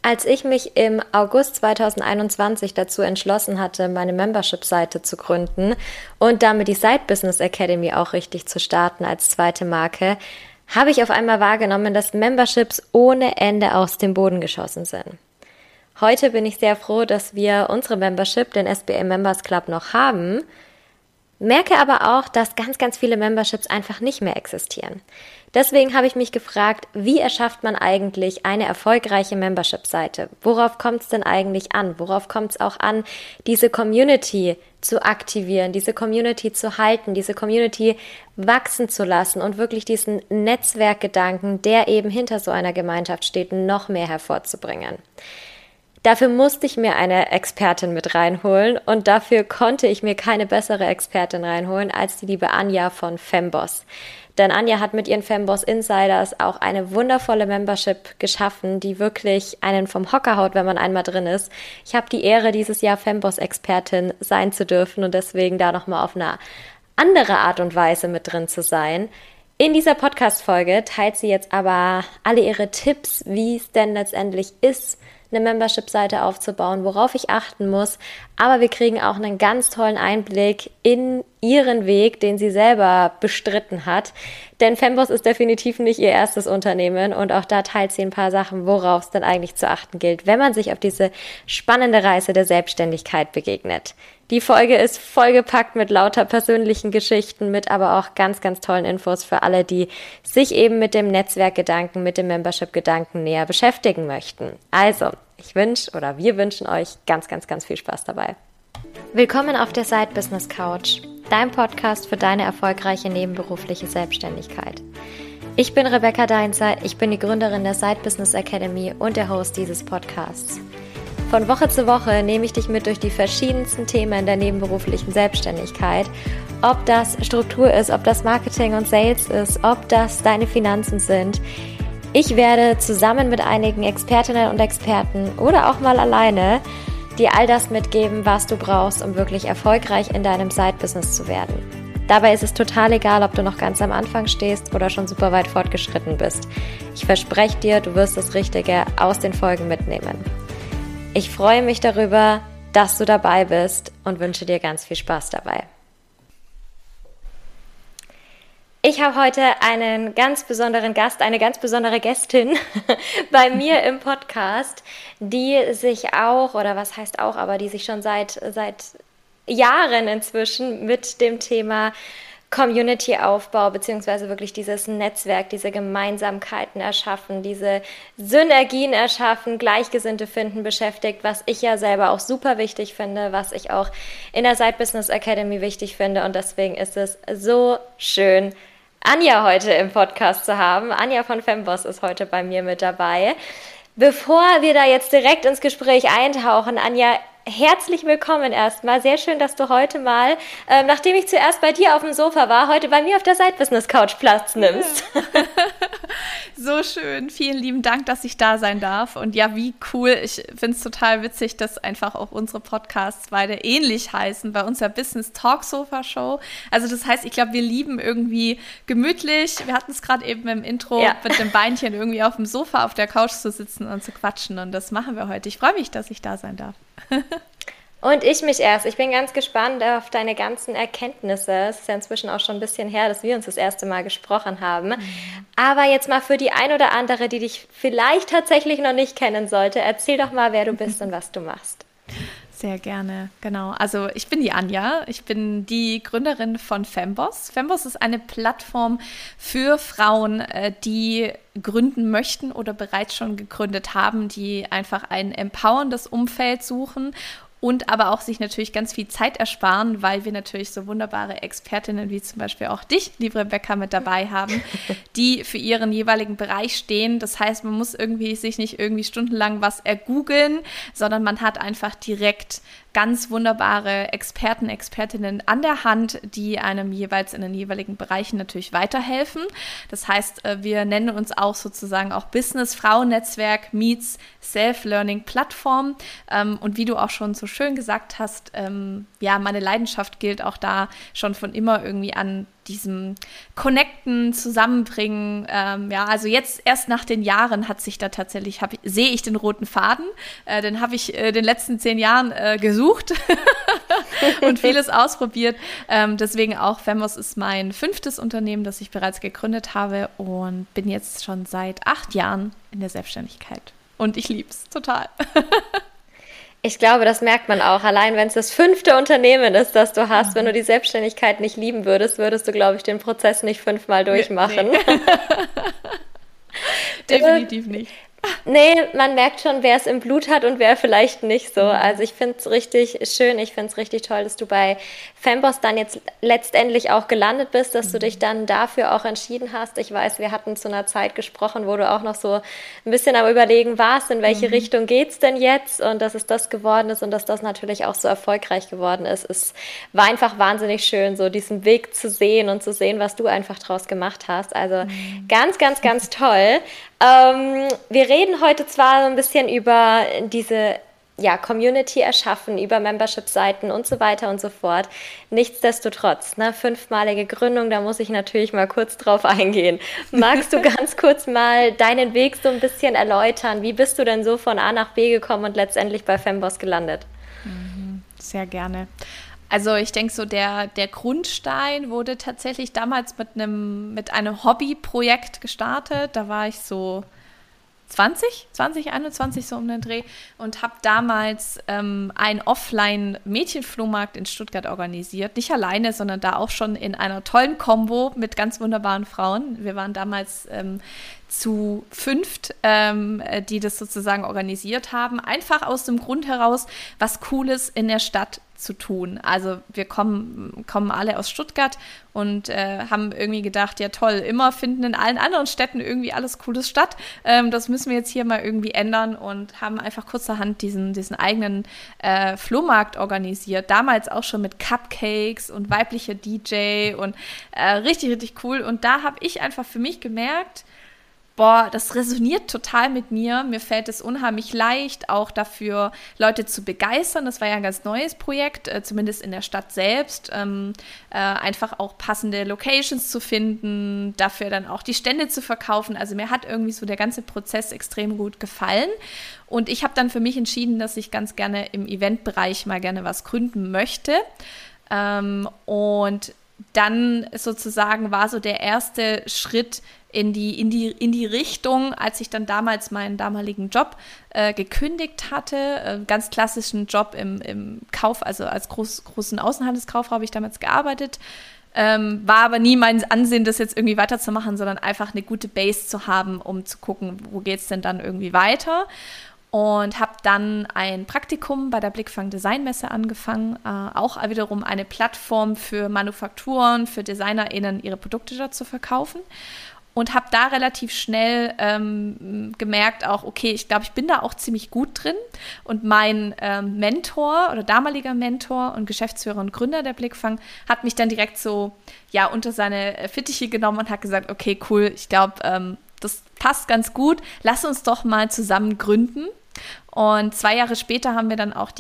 Als ich mich im August 2021 dazu entschlossen hatte, meine Membership-Seite zu gründen und damit die Side Business Academy auch richtig zu starten als zweite Marke, habe ich auf einmal wahrgenommen, dass Memberships ohne Ende aus dem Boden geschossen sind. Heute bin ich sehr froh, dass wir unsere Membership, den SBA Members Club, noch haben, merke aber auch, dass ganz, ganz viele Memberships einfach nicht mehr existieren. Deswegen habe ich mich gefragt, wie erschafft man eigentlich eine erfolgreiche Membership-Seite? Worauf kommt es denn eigentlich an? Worauf kommt es auch an, diese Community zu aktivieren, diese Community zu halten, diese Community wachsen zu lassen und wirklich diesen Netzwerkgedanken, der eben hinter so einer Gemeinschaft steht, noch mehr hervorzubringen? Dafür musste ich mir eine Expertin mit reinholen und dafür konnte ich mir keine bessere Expertin reinholen als die liebe Anja von Femboss. Denn Anja hat mit ihren Femboss Insiders auch eine wundervolle Membership geschaffen, die wirklich einen vom Hocker haut, wenn man einmal drin ist. Ich habe die Ehre, dieses Jahr Femboss-Expertin sein zu dürfen und deswegen da nochmal auf eine andere Art und Weise mit drin zu sein. In dieser Podcast-Folge teilt sie jetzt aber alle ihre Tipps, wie es denn letztendlich ist, eine Membership-Seite aufzubauen, worauf ich achten muss. Aber wir kriegen auch einen ganz tollen Einblick in ihren Weg, den sie selber bestritten hat. Denn Femboss ist definitiv nicht ihr erstes Unternehmen und auch da teilt sie ein paar Sachen, worauf es dann eigentlich zu achten gilt, wenn man sich auf diese spannende Reise der Selbstständigkeit begegnet. Die Folge ist vollgepackt mit lauter persönlichen Geschichten, mit aber auch ganz, ganz tollen Infos für alle, die sich eben mit dem Netzwerkgedanken, mit dem Membership-Gedanken näher beschäftigen möchten. Also, wir wünschen euch ganz, ganz, ganz viel Spaß dabei. Willkommen auf der Side Business Couch, dein Podcast für deine erfolgreiche nebenberufliche Selbstständigkeit. Ich bin Rebecca Deinzer, ich bin die Gründerin der Side Business Academy und der Host dieses Podcasts. Von Woche zu Woche nehme ich dich mit durch die verschiedensten Themen der nebenberuflichen Selbstständigkeit. Ob das Struktur ist, ob das Marketing und Sales ist, ob das deine Finanzen sind. Ich werde zusammen mit einigen Expertinnen und Experten oder auch mal alleine dir all das mitgeben, was du brauchst, um wirklich erfolgreich in deinem Side-Business zu werden. Dabei ist es total egal, ob du noch ganz am Anfang stehst oder schon super weit fortgeschritten bist. Ich verspreche dir, du wirst das Richtige aus den Folgen mitnehmen. Ich freue mich darüber, dass du dabei bist und wünsche dir ganz viel Spaß dabei. Ich habe heute einen ganz besonderen Gast, eine ganz besondere Gästin bei mir im Podcast, die sich auch, oder was heißt auch, aber die sich schon seit Jahren inzwischen mit dem Thema Community-Aufbau beziehungsweise wirklich dieses Netzwerk, diese Gemeinsamkeiten erschaffen, diese Synergien erschaffen, Gleichgesinnte finden beschäftigt, was ich ja selber auch super wichtig finde, was ich auch in der Side Business Academy wichtig finde und deswegen ist es so schön, Anja heute im Podcast zu haben. Anja von Femboss ist heute bei mir mit dabei. Bevor wir da jetzt direkt ins Gespräch eintauchen, Anja, herzlich willkommen erstmal. Sehr schön, dass du heute mal, nachdem ich zuerst bei dir auf dem Sofa war, heute bei mir auf der Side Business Couch Platz nimmst. Ja. So schön. Vielen lieben Dank, dass ich da sein darf. Und ja, wie cool. Ich finde es total witzig, dass einfach auch unsere Podcasts beide ähnlich heißen. Bei uns ja Business Talk Sofa Show. Also das heißt, ich glaube, wir lieben irgendwie gemütlich. Wir hatten es gerade eben im Intro mit dem Beinchen irgendwie auf dem Sofa auf der Couch zu sitzen und zu quatschen. Und das machen wir heute. Ich freue mich, dass ich da sein darf. Und ich mich erst. Ich bin ganz gespannt auf deine ganzen Erkenntnisse. Es ist ja inzwischen auch schon ein bisschen her, dass wir uns das erste Mal gesprochen haben. Aber jetzt mal für die ein oder andere, die dich vielleicht tatsächlich noch nicht kennen sollte, erzähl doch mal, wer du bist und was du machst. Sehr gerne, genau. Also ich bin die Anja, ich bin die Gründerin von Femboss. Femboss ist eine Plattform für Frauen, die gründen möchten oder bereits schon gegründet haben, die einfach ein empowerndes Umfeld suchen und aber auch sich natürlich ganz viel Zeit ersparen, weil wir natürlich so wunderbare Expertinnen wie zum Beispiel auch dich, liebe Rebecca, mit dabei haben, die für ihren jeweiligen Bereich stehen. Das heißt, man muss sich nicht irgendwie stundenlang was ergoogeln, sondern man hat einfach direkt ganz wunderbare Experten, Expertinnen an der Hand, die einem jeweils in den jeweiligen Bereichen natürlich weiterhelfen. Das heißt, wir nennen uns auch sozusagen auch Business-Frauen-Netzwerk meets Self-Learning-Plattform. Und wie du auch schon so schön gesagt hast, ja, meine Leidenschaft gilt auch da schon von immer irgendwie an diesem Connecten, Zusammenbringen. Ja, also jetzt erst nach den Jahren hat sich da tatsächlich, sehe ich den roten Faden. Den habe ich in den letzten 10 Jahren gesucht und vieles ausprobiert. Deswegen auch Fembos ist mein 5. Unternehmen, das ich bereits gegründet habe und bin jetzt schon seit 8 Jahren in der Selbstständigkeit. Und ich liebe es total. Ich glaube, das merkt man auch. Allein wenn es das 5. Unternehmen ist, das du hast, wenn du die Selbstständigkeit nicht lieben würdest, würdest du, glaube ich, den Prozess nicht 5-mal durchmachen. Nee. Definitiv nicht. Nee, man merkt schon, wer es im Blut hat und wer vielleicht nicht so. Also ich finde es richtig schön, ich finde es richtig toll, dass du bei Fembos dann jetzt letztendlich auch gelandet bist, dass du dich dann dafür auch entschieden hast. Ich weiß, wir hatten zu einer Zeit gesprochen, wo du auch noch so ein bisschen am Überlegen warst, in welche Richtung geht's denn jetzt, und dass es das geworden ist und dass das natürlich auch so erfolgreich geworden ist. Es war einfach wahnsinnig schön, so diesen Weg zu sehen und zu sehen, was du einfach draus gemacht hast. Also ganz, ganz, ganz toll. Wir reden heute zwar so ein bisschen über diese Community erschaffen, über Membership-Seiten und so weiter und so fort. Nichtsdestotrotz, 5-malige Gründung, da muss ich natürlich mal kurz drauf eingehen. Magst du ganz kurz mal deinen Weg so ein bisschen erläutern? Wie bist du denn so von A nach B gekommen und letztendlich bei Fembos gelandet? Sehr gerne. Also ich denke so, der Grundstein wurde tatsächlich damals mit einem Hobbyprojekt gestartet. Da war ich so 21 so um den Dreh und habe damals einen Offline-Mädchenflohmarkt in Stuttgart organisiert. Nicht alleine, sondern da auch schon in einer tollen Kombo mit ganz wunderbaren Frauen. Wir waren damals zu 5, die das sozusagen organisiert haben. Einfach aus dem Grund heraus, was Cooles in der Stadt zu tun. Also wir kommen alle aus Stuttgart und haben irgendwie gedacht, ja toll, immer finden in allen anderen Städten irgendwie alles Cooles statt. Das müssen wir jetzt hier mal irgendwie ändern und haben einfach kurzerhand diesen eigenen Flohmarkt organisiert. Damals auch schon mit Cupcakes und weiblicher DJ und richtig, richtig cool. Und da habe ich einfach für mich gemerkt, boah, das resoniert total mit mir. Mir fällt es unheimlich leicht, auch dafür Leute zu begeistern. Das war ja ein ganz neues Projekt, zumindest in der Stadt selbst. Einfach auch passende Locations zu finden, dafür dann auch die Stände zu verkaufen. Also mir hat irgendwie so der ganze Prozess extrem gut gefallen. Und ich habe dann für mich entschieden, dass ich ganz gerne im Eventbereich mal gerne was gründen möchte. Und dann sozusagen war so der erste Schritt in die Richtung, als ich dann damals meinen damaligen Job gekündigt hatte, ganz klassischen Job im Kauf, also als großen Außenhandelskauffrau habe ich damals gearbeitet, war aber nie mein Ansehen, das jetzt irgendwie weiterzumachen, sondern einfach eine gute Base zu haben, um zu gucken, wo geht es denn dann irgendwie weiter. Und habe dann ein Praktikum bei der Blickfang Designmesse angefangen, auch wiederum eine Plattform für Manufakturen, für DesignerInnen, ihre Produkte dort zu verkaufen. Und habe da relativ schnell gemerkt auch, okay, ich glaube, ich bin da auch ziemlich gut drin. Und mein Mentor oder damaliger Mentor und Geschäftsführer und Gründer der Blickfang hat mich dann direkt so unter seine Fittiche genommen und hat gesagt, okay, cool, ich glaube, das passt ganz gut, lass uns doch mal zusammen gründen. Und 2 Jahre später haben wir dann auch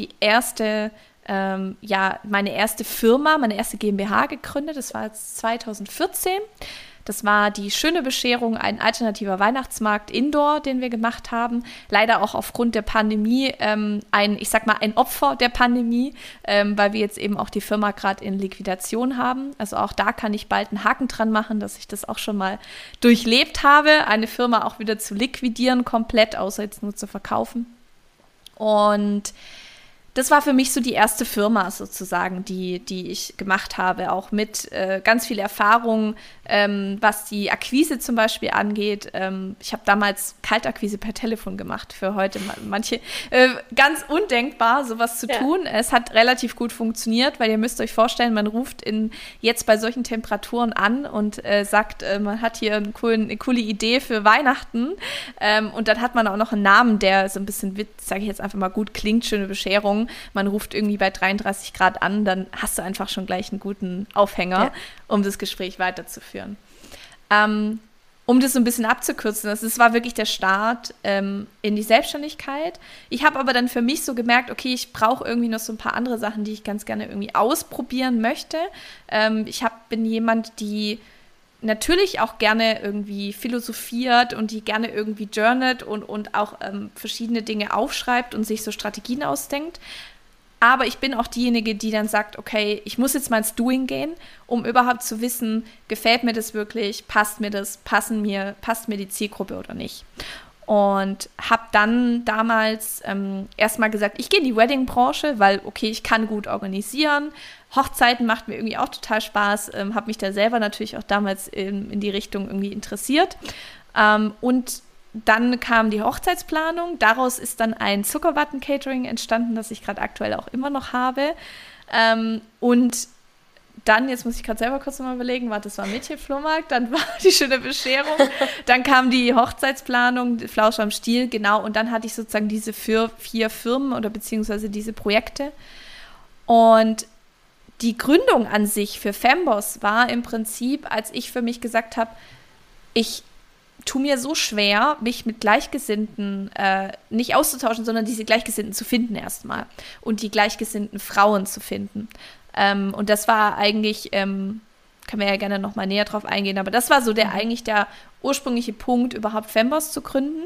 meine erste Firma, meine erste GmbH gegründet. Das war jetzt 2014. Das war die Schöne Bescherung, ein alternativer Weihnachtsmarkt Indoor, den wir gemacht haben. Leider auch aufgrund der Pandemie ein Opfer der Pandemie, weil wir jetzt eben auch die Firma gerade in Liquidation haben. Also auch da kann ich bald einen Haken dran machen, dass ich das auch schon mal durchlebt habe, eine Firma auch wieder zu liquidieren komplett, außer jetzt nur zu verkaufen. Und das war für mich so die erste Firma sozusagen, die ich gemacht habe, auch mit ganz viel Erfahrung, was die Akquise zum Beispiel angeht. Ich habe damals Kaltakquise per Telefon gemacht, für heute manche ganz undenkbar, sowas zu tun. Es hat relativ gut funktioniert, weil ihr müsst euch vorstellen, man ruft jetzt bei solchen Temperaturen an und sagt, man hat hier eine coole Idee für Weihnachten, und dann hat man auch noch einen Namen, der so ein bisschen, sage ich jetzt einfach mal, gut klingt, Schöne Bescherung. Man ruft irgendwie bei 33 Grad an, dann hast du einfach schon gleich einen guten Aufhänger, um das Gespräch weiterzuführen. Um um das so ein bisschen abzukürzen, das war wirklich der Start in die Selbstständigkeit. Ich habe aber dann für mich so gemerkt, okay, ich brauche irgendwie noch so ein paar andere Sachen, die ich ganz gerne irgendwie ausprobieren möchte. Bin jemand, die natürlich auch gerne irgendwie philosophiert und die gerne irgendwie journalt und auch verschiedene Dinge aufschreibt und sich so Strategien ausdenkt. Aber ich bin auch diejenige, die dann sagt, okay, ich muss jetzt mal ins Doing gehen, um überhaupt zu wissen, gefällt mir das wirklich, passt mir das, passt mir die Zielgruppe oder nicht. Und habe dann damals erstmal gesagt, ich gehe in die Wedding-Branche, weil, okay, ich kann gut organisieren. Hochzeiten macht mir irgendwie auch total Spaß. Habe mich da selber natürlich auch damals in die Richtung irgendwie interessiert. Und dann kam die Hochzeitsplanung. Daraus ist dann ein Zuckerwatten-Catering entstanden, das ich gerade aktuell auch immer noch habe. Und dann, jetzt muss ich gerade selber kurz mal überlegen, das war Mädchenflohmarkt, dann war die schöne Bescherung, dann kam die Hochzeitsplanung, Flausch am Stiel, genau, und dann hatte ich sozusagen diese 4 Firmen oder beziehungsweise diese Projekte. Und die Gründung an sich für Femboss war im Prinzip, als ich für mich gesagt habe, ich tue mir so schwer, mich mit Gleichgesinnten nicht auszutauschen, sondern diese Gleichgesinnten zu finden erstmal und die gleichgesinnten Frauen zu finden. Und das war eigentlich, können wir ja gerne noch mal näher drauf eingehen, aber das war so eigentlich der ursprüngliche Punkt, überhaupt Femboss zu gründen.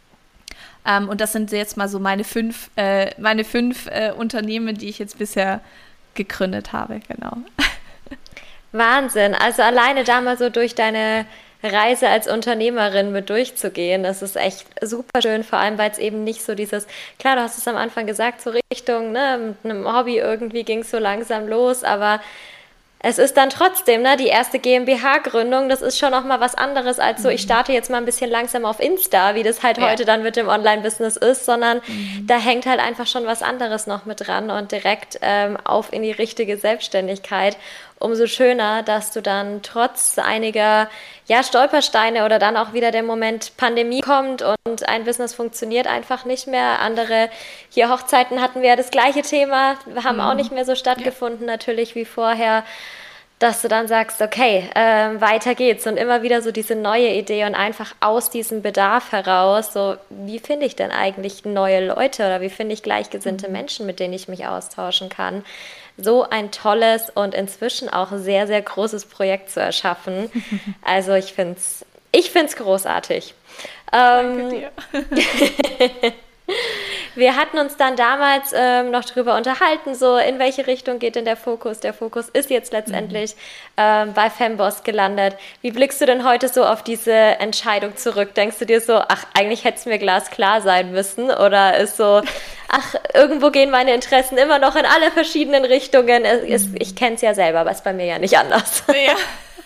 Und das sind jetzt mal so meine fünf Unternehmen, die ich jetzt bisher gegründet habe, genau. Wahnsinn, also alleine da mal so durch deine Reise als Unternehmerin mit durchzugehen, das ist echt super schön, vor allem, weil es eben nicht so dieses, klar, du hast es am Anfang gesagt, so Richtung, ne, mit einem Hobby irgendwie ging es so langsam los, aber es ist dann trotzdem, ne, die erste GmbH-Gründung, das ist schon nochmal was anderes als so, ich starte jetzt mal ein bisschen langsam auf Insta, wie das halt heute dann mit dem Online-Business ist, sondern da hängt halt einfach schon was anderes noch mit dran und direkt auf in die richtige Selbstständigkeit. Umso schöner, dass du dann trotz einiger Stolpersteine oder dann auch wieder der Moment Pandemie kommt und ein Business funktioniert einfach nicht mehr. Andere, hier Hochzeiten hatten wir ja das gleiche Thema, haben auch nicht mehr so stattgefunden natürlich wie vorher, dass du dann sagst, okay, weiter geht's und immer wieder so diese neue Idee und einfach aus diesem Bedarf heraus, so wie finde ich denn eigentlich neue Leute oder wie finde ich gleichgesinnte Menschen, mit denen ich mich austauschen kann. So ein tolles und inzwischen auch sehr, sehr großes Projekt zu erschaffen. Also ich find's großartig. Danke dir. Wir hatten uns dann damals noch drüber unterhalten, so in welche Richtung geht denn der Fokus? Der Fokus ist jetzt letztendlich bei Femboss gelandet. Wie blickst du denn heute so auf diese Entscheidung zurück? Denkst du dir so, ach, eigentlich hätte es mir glasklar sein müssen? Oder ist so, ach, irgendwo gehen meine Interessen immer noch in alle verschiedenen Richtungen? Ich kenne es ja selber, aber ist bei mir ja nicht anders. Ja.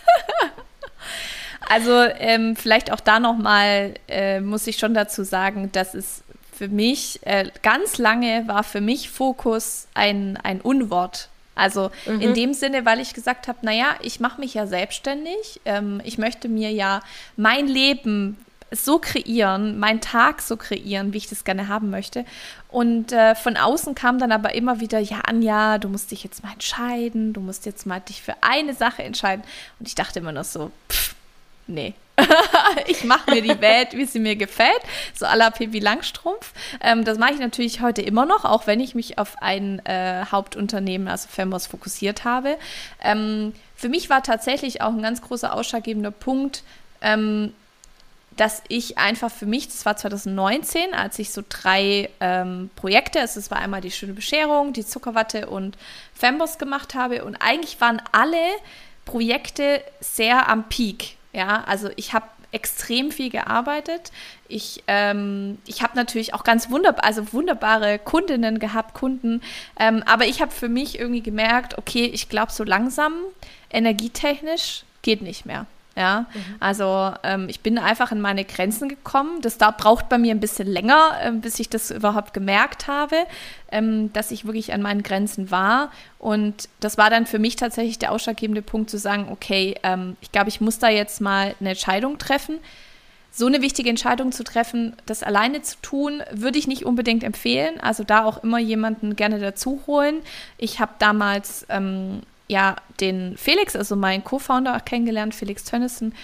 Also vielleicht auch da nochmal muss ich schon dazu sagen, dass es für mich, ganz lange war für mich Fokus ein Unwort. Also in dem Sinne, weil ich gesagt habe, naja, ich mache mich ja selbstständig, ich möchte mir ja mein Leben so kreieren, meinen Tag so kreieren, wie ich das gerne haben möchte. Und von außen kam dann aber immer wieder, ja Anja, du musst dich jetzt mal entscheiden, du musst jetzt mal dich für eine Sache entscheiden. Und ich dachte immer noch so, nee. Ich mache mir die Welt, wie sie mir gefällt, so à la Pippi Langstrumpf. Das mache ich natürlich heute immer noch, auch wenn ich mich auf ein Hauptunternehmen, also Femboss, fokussiert habe. Für mich war tatsächlich auch ein ganz großer ausschlaggebender Punkt, dass ich einfach für mich, das war 2019, als ich so 3 Projekte, also es war einmal die schöne Bescherung, die Zuckerwatte und Femboss gemacht habe und eigentlich waren alle Projekte sehr am Peak. Ja, also ich habe extrem viel gearbeitet. Ich habe natürlich auch ganz wunderbare Kundinnen gehabt, Kunden. Aber ich habe für mich irgendwie gemerkt, okay, ich glaube, so langsam energietechnisch geht nicht mehr. Ja, also ich bin einfach in meine Grenzen gekommen. Das braucht bei mir ein bisschen länger, bis ich das überhaupt gemerkt habe, dass ich wirklich an meinen Grenzen war. Und das war dann für mich tatsächlich der ausschlaggebende Punkt zu sagen, okay, ich glaube, ich muss da jetzt mal eine Entscheidung treffen. So eine wichtige Entscheidung zu treffen, das alleine zu tun, würde ich nicht unbedingt empfehlen. Also da auch immer jemanden gerne dazu holen. Ich habe damals den Felix, also meinen Co-Founder, auch kennengelernt, Felix Tönnissen.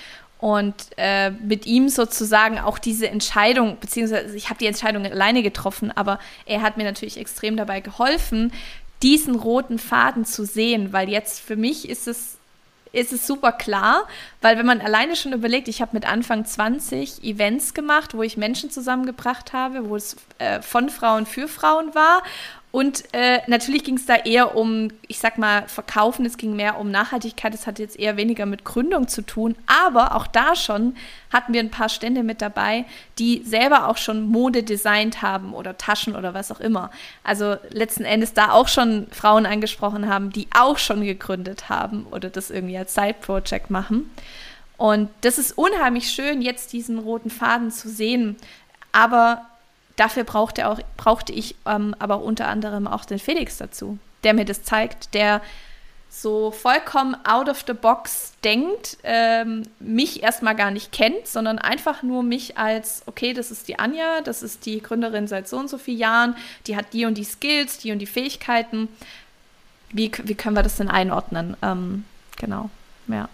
und mit ihm sozusagen auch diese Entscheidung, beziehungsweise ich habe die Entscheidung alleine getroffen, aber er hat mir natürlich extrem dabei geholfen, diesen roten Faden zu sehen, weil jetzt für mich ist es super klar, weil wenn man alleine schon überlegt, ich habe mit Anfang 20 Events gemacht, wo ich Menschen zusammengebracht habe, wo es von Frauen für Frauen war. Und natürlich ging es da eher um, ich sag mal, Verkaufen, es ging mehr um Nachhaltigkeit, es hat jetzt eher weniger mit Gründung zu tun, aber auch da schon hatten wir ein paar Stände mit dabei, die selber auch schon Mode designt haben oder Taschen oder was auch immer. Also letzten Endes da auch schon Frauen angesprochen haben, die auch schon gegründet haben oder das irgendwie als Side-Project machen. Und das ist unheimlich schön, jetzt diesen roten Faden zu sehen, aber dafür brauchte ich aber auch unter anderem auch den Felix dazu, der mir das zeigt, der so vollkommen out of the box denkt, mich erstmal gar nicht kennt, sondern einfach nur mich als, okay, das ist die Anja, das ist die Gründerin seit so und so vielen Jahren, die hat die und die Skills, die und die Fähigkeiten. Wie können wir das denn einordnen? Genau, ja.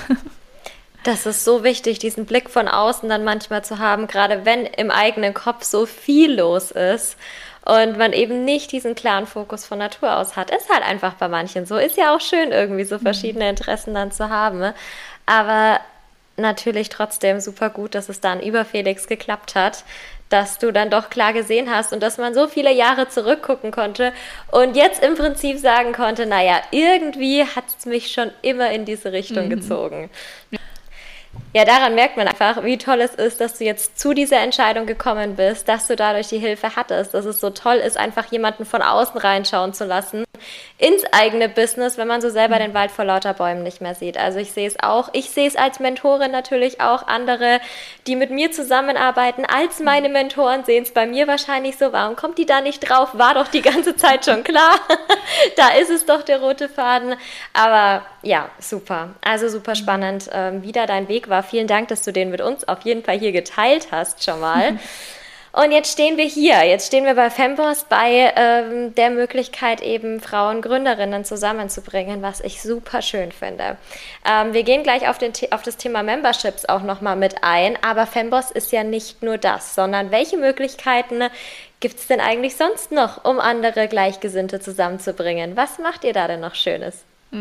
Das ist so wichtig, diesen Blick von außen dann manchmal zu haben, gerade wenn im eigenen Kopf so viel los ist und man eben nicht diesen klaren Fokus von Natur aus hat. Ist halt einfach bei manchen so. Ist ja auch schön, irgendwie so verschiedene Interessen dann zu haben. Aber natürlich trotzdem super gut, dass es dann über Felix geklappt hat, dass du dann doch klar gesehen hast und dass man so viele Jahre zurückgucken konnte und jetzt im Prinzip sagen konnte, naja, irgendwie hat es mich schon immer in diese Richtung gezogen. Ja, daran merkt man einfach, wie toll es ist, dass du jetzt zu dieser Entscheidung gekommen bist, dass du dadurch die Hilfe hattest, dass es so toll ist, einfach jemanden von außen reinschauen zu lassen ins eigene Business, wenn man so selber den Wald vor lauter Bäumen nicht mehr sieht. Also ich sehe es als Mentorin natürlich auch, andere, die mit mir zusammenarbeiten, als meine Mentoren sehen es bei mir wahrscheinlich so, warum kommt die da nicht drauf? War doch die ganze Zeit schon klar. Da ist es doch der rote Faden. Aber ja, super. Also super spannend, wie da dein Weg war. Vielen Dank, dass du den mit uns auf jeden Fall hier geteilt hast schon mal. Und jetzt stehen wir hier. Jetzt stehen wir bei Femboss bei der Möglichkeit, eben Frauen Gründerinnen zusammenzubringen, was ich super schön finde. Wir gehen gleich auf das Thema Memberships auch nochmal mit ein. Aber Femboss ist ja nicht nur das, sondern welche Möglichkeiten gibt es denn eigentlich sonst noch, um andere Gleichgesinnte zusammenzubringen? Was macht ihr da denn noch Schönes?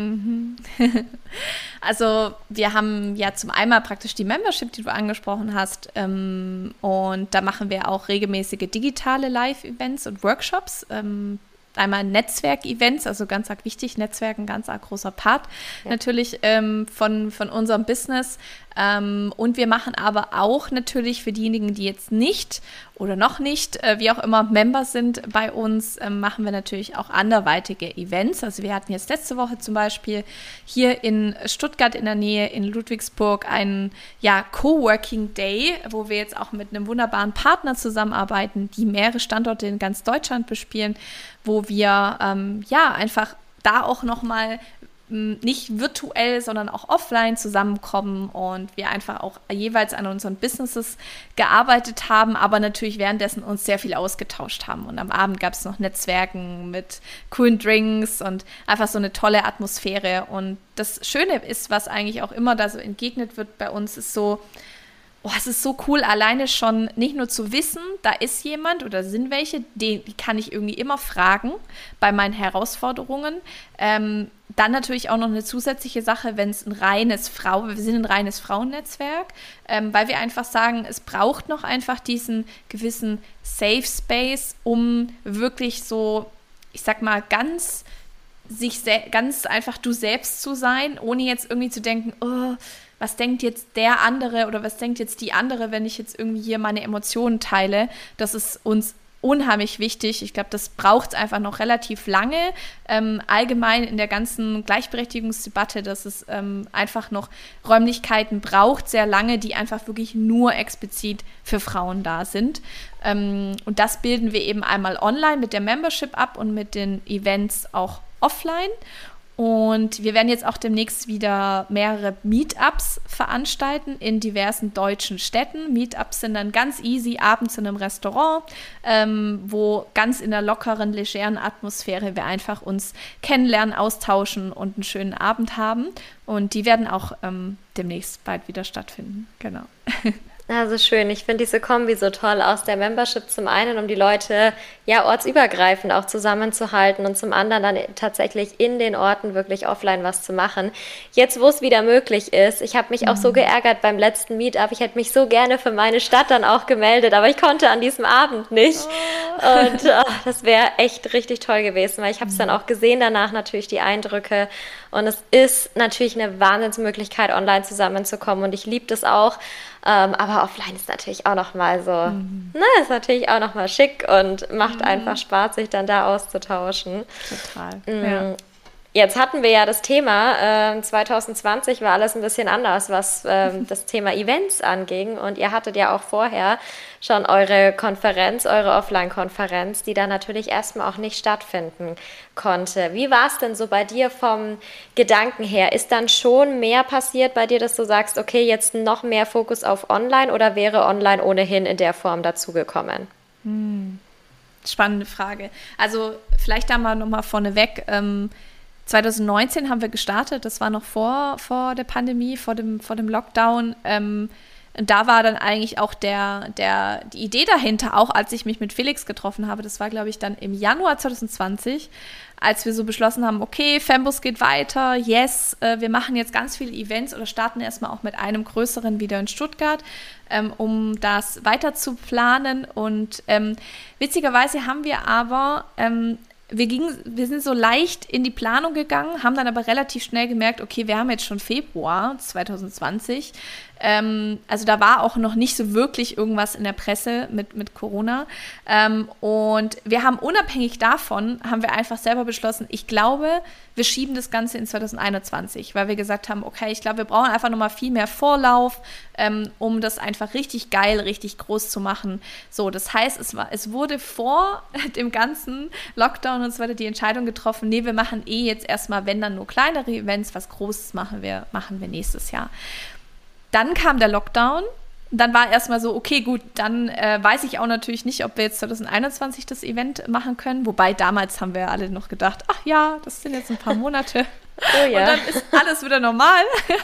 Also wir haben ja zum einen praktisch die Membership, die du angesprochen hast, und da machen wir auch regelmäßige digitale Live-Events und Workshops, einmal Netzwerk-Events, also ganz arg wichtig, Netzwerk ein ganz arg großer Part natürlich von unserem Business. Und wir machen aber auch natürlich für diejenigen, die jetzt nicht oder noch nicht, wie auch immer, Member sind bei uns, machen wir natürlich auch anderweitige Events. Also wir hatten jetzt letzte Woche zum Beispiel hier in Stuttgart in der Nähe, in Ludwigsburg, einen Coworking Day, wo wir jetzt auch mit einem wunderbaren Partner zusammenarbeiten, die mehrere Standorte in ganz Deutschland bespielen, wo wir einfach da auch nochmal nicht virtuell, sondern auch offline zusammenkommen und wir einfach auch jeweils an unseren Businesses gearbeitet haben, aber natürlich währenddessen uns sehr viel ausgetauscht haben. Und am Abend gab es noch Netzwerken mit coolen Drinks und einfach so eine tolle Atmosphäre. Und das Schöne ist, was eigentlich auch immer da so entgegnet wird bei uns, ist so, es ist so cool, alleine schon nicht nur zu wissen, da ist jemand oder sind welche, die kann ich irgendwie immer fragen bei meinen Herausforderungen. Dann natürlich auch noch eine zusätzliche Sache, wenn es wir sind ein reines Frauennetzwerk, weil wir einfach sagen, es braucht noch einfach diesen gewissen Safe Space, um wirklich so, ich sag mal, ganz einfach du selbst zu sein, ohne jetzt irgendwie zu denken, was denkt jetzt der andere oder was denkt jetzt die andere, wenn ich jetzt irgendwie hier meine Emotionen teile. Das ist uns unheimlich wichtig. Ich glaube, das braucht es einfach noch relativ lange. Allgemein in der ganzen Gleichberechtigungsdebatte, dass es einfach noch Räumlichkeiten braucht, sehr lange, die einfach wirklich nur explizit für Frauen da sind. Und das bilden wir eben einmal online mit der Membership ab und mit den Events auch offline. Und wir werden jetzt auch demnächst wieder mehrere Meetups veranstalten in diversen deutschen Städten. Meetups sind dann ganz easy abends in einem Restaurant, wo ganz in der lockeren, legeren Atmosphäre wir einfach uns kennenlernen, austauschen und einen schönen Abend haben. Und die werden auch demnächst bald wieder stattfinden. Genau. Also schön. Ich finde diese Kombi so toll aus der Membership zum einen, um die Leute ja ortsübergreifend auch zusammenzuhalten und zum anderen dann tatsächlich in den Orten wirklich offline was zu machen. Jetzt, wo es wieder möglich ist, ich habe mich auch so geärgert beim letzten Meetup. Ich hätte mich so gerne für meine Stadt dann auch gemeldet, aber ich konnte an diesem Abend nicht. Und das wäre echt richtig toll gewesen, weil ich habe es dann auch gesehen danach natürlich die Eindrücke und es ist natürlich eine Wahnsinnsmöglichkeit, online zusammenzukommen und ich liebe das auch. Aber offline ist natürlich auch nochmal so, ist natürlich auch nochmal schick und macht einfach Spaß, sich dann da auszutauschen. Total, ja. Jetzt hatten wir ja das Thema, 2020 war alles ein bisschen anders, was das Thema Events anging und ihr hattet ja auch vorher schon eure Konferenz, eure Offline-Konferenz, die dann natürlich erstmal auch nicht stattfinden konnte. Wie war es denn so bei dir vom Gedanken her? Ist dann schon mehr passiert bei dir, dass du sagst, okay, jetzt noch mehr Fokus auf Online oder wäre Online ohnehin in der Form dazugekommen? Spannende Frage. Also vielleicht da mal nochmal vorneweg, 2019 haben wir gestartet, das war noch vor der Pandemie, vor dem Lockdown. Da war dann eigentlich auch die Idee dahinter, auch als ich mich mit Felix getroffen habe, das war, glaube ich, dann im Januar 2020, als wir so beschlossen haben, okay, Fembus geht weiter, yes, wir machen jetzt ganz viele Events oder starten erstmal auch mit einem größeren wieder in Stuttgart, um das weiter zu planen. Und witzigerweise haben wir aber wir sind so leicht in die Planung gegangen, haben dann aber relativ schnell gemerkt, okay, wir haben jetzt schon Februar 2020. Also da war auch noch nicht so wirklich irgendwas in der Presse mit Corona. Und wir haben unabhängig davon, haben wir einfach selber beschlossen, ich glaube, wir schieben das Ganze in 2021, weil wir gesagt haben, okay, ich glaube, wir brauchen einfach nochmal viel mehr Vorlauf, um das einfach richtig geil, richtig groß zu machen. So, das heißt, es wurde vor dem ganzen Lockdown und so weiter die Entscheidung getroffen, nee, wir machen jetzt erstmal, wenn dann nur kleinere Events, was Großes machen wir nächstes Jahr. Dann kam der Lockdown. Dann war erstmal so, okay, gut, dann weiß ich auch natürlich nicht, ob wir jetzt 2021 das Event machen können. Wobei damals haben wir ja alle noch gedacht, ach ja, das sind jetzt ein paar Monate. Oh ja. Und dann ist alles wieder normal.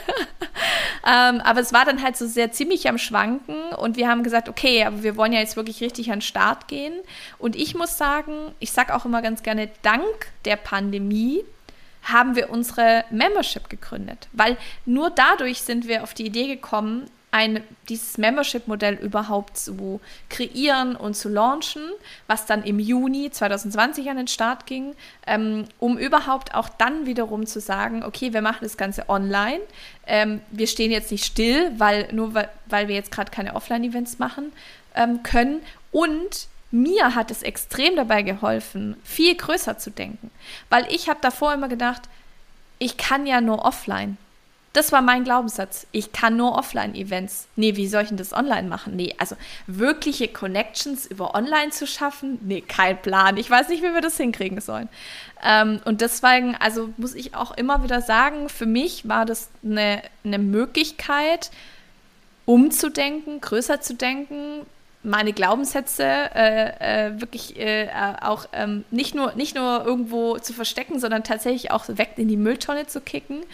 Aber es war dann halt so sehr ziemlich am Schwanken. Und wir haben gesagt, okay, aber wir wollen ja jetzt wirklich richtig an den Start gehen. Und ich muss sagen, ich sage auch immer ganz gerne, dank der Pandemie haben wir unsere Membership gegründet. Weil nur dadurch sind wir auf die Idee gekommen, dieses Membership-Modell überhaupt zu kreieren und zu launchen, was dann im Juni 2020 an den Start ging, um überhaupt auch dann wiederum zu sagen, okay, wir machen das Ganze online. Wir stehen jetzt nicht still, weil wir jetzt gerade keine Offline-Events machen können. Und mir hat es extrem dabei geholfen, viel größer zu denken. Weil ich habe davor immer gedacht, ich kann ja nur offline. Das war mein Glaubenssatz. Ich kann nur Offline-Events. Nee, wie soll ich denn das online machen? Nee, also wirkliche Connections über online zu schaffen? Nee, kein Plan. Ich weiß nicht, wie wir das hinkriegen sollen. Und deswegen, also muss ich auch immer wieder sagen, für mich war das eine Möglichkeit, umzudenken, größer zu denken, meine Glaubenssätze wirklich auch nicht nur irgendwo zu verstecken, sondern tatsächlich auch weg in die Mülltonne zu kicken.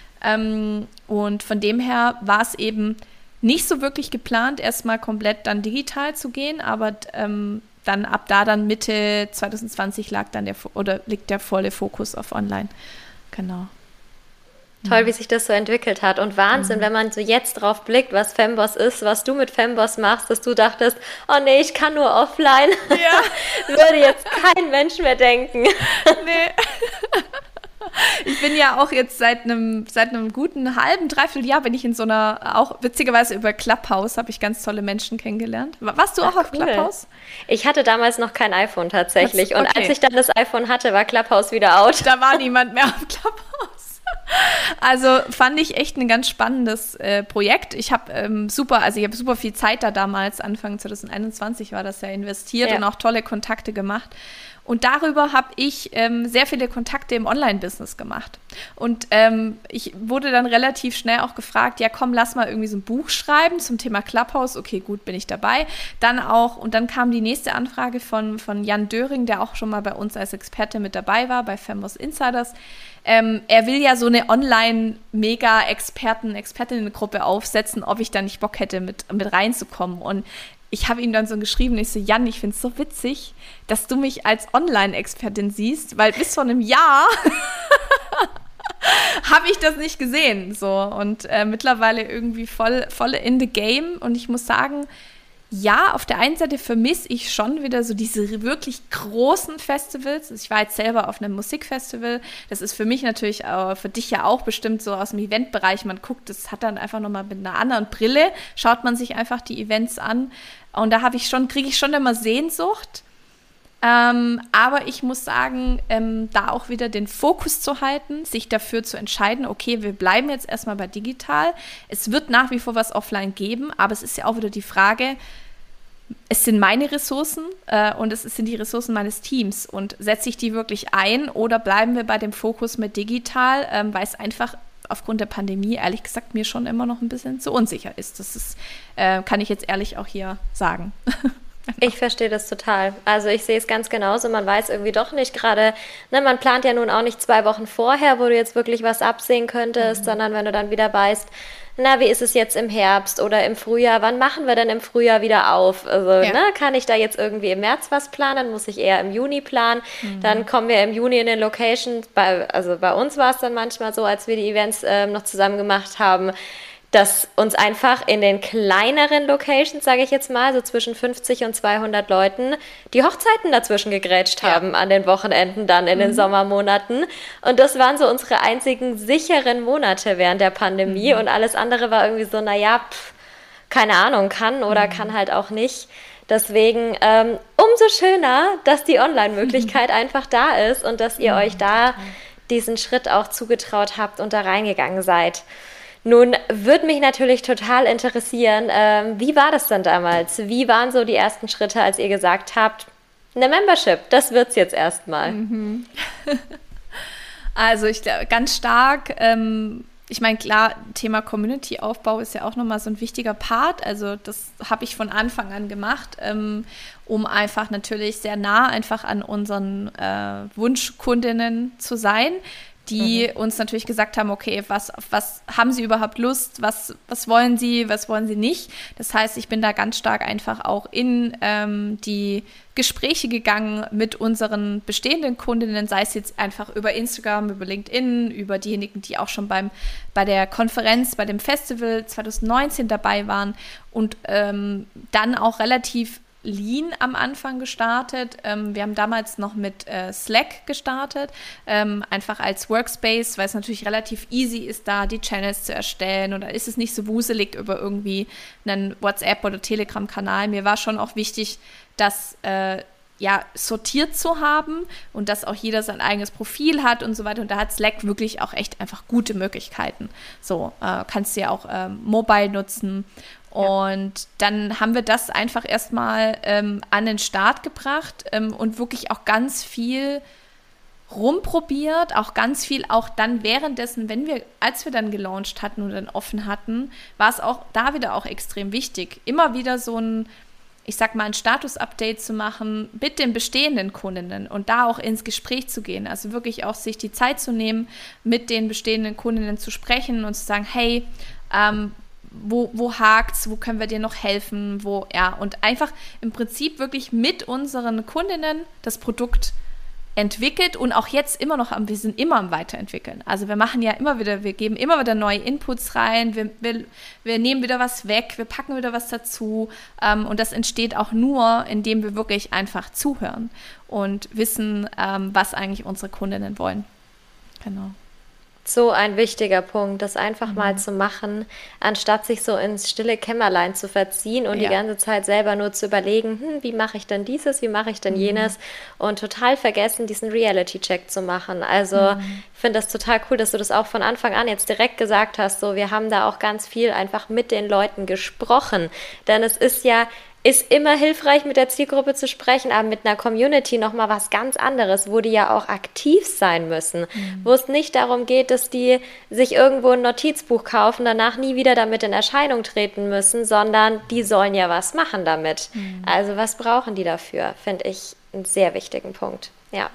Und von dem her war es eben nicht so wirklich geplant, erstmal komplett dann digital zu gehen, aber dann ab da dann Mitte 2020 liegt der volle Fokus auf online. Genau. Toll, wie sich das so entwickelt hat. Und Wahnsinn, wenn man so jetzt drauf blickt, was Fembos ist, was du mit Fembos machst, dass du dachtest, oh nee, ich kann nur offline. Ja. Würde jetzt kein Mensch mehr denken. Nee. Ich bin ja auch jetzt seit einem guten halben, dreiviertel Jahr bin ich in so einer, auch witzigerweise über Clubhouse, habe ich ganz tolle Menschen kennengelernt. Warst du auch auf Clubhouse? Ich hatte damals noch kein iPhone tatsächlich. Und als ich dann das iPhone hatte, war Clubhouse wieder out. Da war niemand mehr auf Clubhouse. Also fand ich echt ein ganz spannendes Projekt. Ich habe super viel Zeit da damals, Anfang 2021 war das ja investiert und auch tolle Kontakte gemacht. Und darüber habe ich sehr viele Kontakte im Online-Business gemacht. Und ich wurde dann relativ schnell auch gefragt, ja komm, lass mal irgendwie so ein Buch schreiben zum Thema Clubhouse. Okay, gut, bin ich dabei. Und dann kam die nächste Anfrage von Jan Döring, der auch schon mal bei uns als Experte mit dabei war, bei Fembos Insiders. Er will ja so eine Online-Mega-Expertinnen-Gruppe aufsetzen, ob ich da nicht Bock hätte, mit reinzukommen. Und ich habe ihm dann so geschrieben, ich so, Jan, ich finde es so witzig, dass du mich als Online-Expertin siehst, weil bis vor einem Jahr habe ich das nicht gesehen. So. Und mittlerweile irgendwie voll in the game. Und ich muss sagen, ja, auf der einen Seite vermisse ich schon wieder so diese wirklich großen Festivals. Ich war jetzt selber auf einem Musikfestival. Das ist für mich natürlich, für dich ja auch bestimmt so aus dem Eventbereich. Man guckt, das hat dann einfach nochmal mit einer anderen Brille, schaut man sich einfach die Events an. Und da kriege ich schon immer Sehnsucht. Aber ich muss sagen, da auch wieder den Fokus zu halten, sich dafür zu entscheiden, okay, wir bleiben jetzt erstmal bei digital. Es wird nach wie vor was offline geben, aber es ist ja auch wieder die Frage, es sind meine Ressourcen und es sind die Ressourcen meines Teams. Und setze ich die wirklich ein oder bleiben wir bei dem Fokus mit digital, weil es einfach aufgrund der Pandemie, ehrlich gesagt, mir schon immer noch ein bisschen zu unsicher ist. Das ist, kann ich jetzt ehrlich auch hier sagen. Ich verstehe das total. Also ich sehe es ganz genauso. Man weiß irgendwie doch nicht gerade, ne, man plant ja nun auch nicht 2 Wochen vorher, wo du jetzt wirklich was absehen könntest, sondern wenn du dann wieder weißt, na, wie ist es jetzt im Herbst oder im Frühjahr? Wann machen wir denn im Frühjahr wieder auf? Also, ne, kann ich da jetzt irgendwie im März was planen? Muss ich eher im Juni planen? Dann kommen wir im Juni in den Locations. Bei uns war es dann manchmal so, als wir die Events noch zusammen gemacht haben, dass uns einfach in den kleineren Locations, sage ich jetzt mal, so zwischen 50 und 200 Leuten, die Hochzeiten dazwischen gegrätscht haben an den Wochenenden dann in den Sommermonaten. Und das waren so unsere einzigen sicheren Monate während der Pandemie. Und alles andere war irgendwie so, naja, keine Ahnung, kann oder kann halt auch nicht. Deswegen umso schöner, dass die Online-Möglichkeit einfach da ist und dass ihr euch da diesen Schritt auch zugetraut habt und da reingegangen seid. Nun würde mich natürlich total interessieren, wie war das denn damals? Wie waren so die ersten Schritte, als ihr gesagt habt, eine Membership, das wird's jetzt erstmal? Also ich glaube, ganz stark, ich meine, klar, Thema Community-Aufbau ist ja auch nochmal so ein wichtiger Part. Also das habe ich von Anfang an gemacht, um einfach natürlich sehr nah einfach an unseren Wunschkundinnen zu sein, die uns natürlich gesagt haben, okay, was haben sie überhaupt Lust, was wollen sie nicht. Das heißt, ich bin da ganz stark einfach auch in die Gespräche gegangen mit unseren bestehenden Kundinnen, sei es jetzt einfach über Instagram, über LinkedIn, über diejenigen, die auch schon bei der Konferenz, bei dem Festival 2019 dabei waren und dann auch relativ lean am Anfang gestartet. Wir haben damals noch mit Slack gestartet, einfach als Workspace, weil es natürlich relativ easy ist, da die Channels zu erstellen oder ist es nicht so wuselig über irgendwie einen WhatsApp- oder Telegram-Kanal. Mir war schon auch wichtig, das sortiert zu haben und dass auch jeder sein eigenes Profil hat und so weiter. Und da hat Slack wirklich auch echt einfach gute Möglichkeiten. So, kannst du ja auch mobile nutzen. Und dann haben wir das einfach erstmal an den Start gebracht und wirklich auch ganz viel rumprobiert, auch ganz viel auch dann währenddessen, als wir dann gelauncht hatten und dann offen hatten, war es auch da wieder auch extrem wichtig, immer wieder so ein Status-Update zu machen mit den bestehenden Kundinnen und da auch ins Gespräch zu gehen. Also wirklich auch sich die Zeit zu nehmen, mit den bestehenden Kundinnen zu sprechen und zu sagen, hey, wo hakt's, wo können wir dir noch helfen, und einfach im Prinzip wirklich mit unseren Kundinnen das Produkt entwickelt und auch jetzt immer noch wir sind immer am Weiterentwickeln. Also wir geben immer wieder neue Inputs rein, wir nehmen wieder was weg, wir packen wieder was dazu und das entsteht auch nur, indem wir wirklich einfach zuhören und wissen, was eigentlich unsere Kundinnen wollen. Genau. So ein wichtiger Punkt, das einfach mal zu machen, anstatt sich so ins stille Kämmerlein zu verziehen und die ganze Zeit selber nur zu überlegen, wie mache ich denn dieses, wie mache ich denn jenes und total vergessen, diesen Reality-Check zu machen. Also ich finde das total cool, dass du das auch von Anfang an jetzt direkt gesagt hast, so wir haben da auch ganz viel einfach mit den Leuten gesprochen, denn es ist ja ist immer hilfreich, mit der Zielgruppe zu sprechen, aber mit einer Community nochmal was ganz anderes, wo die ja auch aktiv sein müssen, wo es nicht darum geht, dass die sich irgendwo ein Notizbuch kaufen, danach nie wieder damit in Erscheinung treten müssen, sondern die sollen ja was machen damit. Also was brauchen die dafür, finde ich einen sehr wichtigen Punkt. Ja.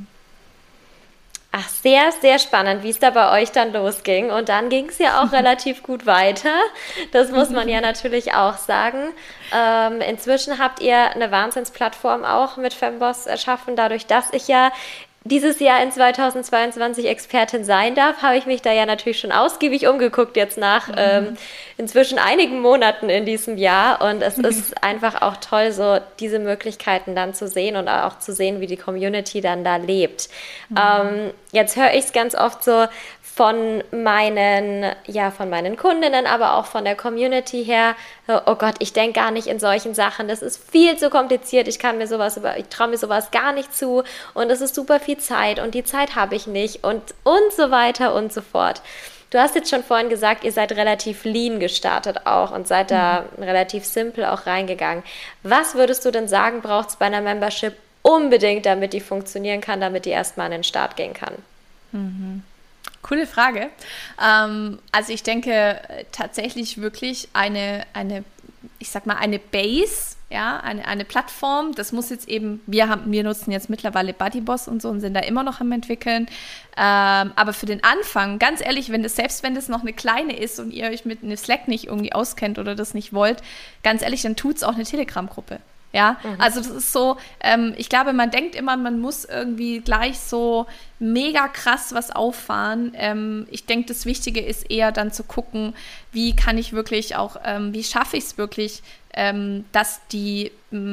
Ach, sehr, sehr spannend, wie es da bei euch dann losging. Und dann ging es ja auch relativ gut weiter. Das muss man ja natürlich auch sagen. Inzwischen habt ihr eine Wahnsinnsplattform auch mit Femboss erschaffen. Dadurch, dass ich ja dieses Jahr in 2022 Expertin sein darf, habe ich mich da ja natürlich schon ausgiebig umgeguckt jetzt nach inzwischen einigen Monaten in diesem Jahr. Und es ist einfach auch toll, so diese Möglichkeiten dann zu sehen und auch zu sehen, wie die Community dann da lebt. Jetzt höre ich es ganz oft so von meinen Kundinnen, aber auch von der Community her, oh Gott, ich denke gar nicht in solchen Sachen, das ist viel zu kompliziert, ich traue mir sowas gar nicht zu und es ist super viel Zeit und die Zeit habe ich nicht und so weiter und so fort. Du hast jetzt schon vorhin gesagt, ihr seid relativ lean gestartet auch und seid da relativ simpel auch reingegangen. Was würdest du denn sagen, braucht es bei einer Membership unbedingt, damit die funktionieren kann, damit die erstmal an den Start gehen kann? Coole Frage. Also ich denke tatsächlich wirklich eine Base, ja, eine Plattform. Das muss jetzt eben, wir nutzen jetzt mittlerweile Buddyboss und so und sind da immer noch am entwickeln. Aber für den Anfang, ganz ehrlich, selbst wenn das noch eine kleine ist und ihr euch mit einem Slack nicht irgendwie auskennt oder das nicht wollt, ganz ehrlich, dann tut's auch eine Telegram-Gruppe. Ja, also das ist so, ich glaube, man denkt immer, man muss irgendwie gleich so mega krass was auffahren. Ich denke, das Wichtige ist eher dann zu gucken, wie kann ich wirklich auch, wie schaffe ich es wirklich, dass die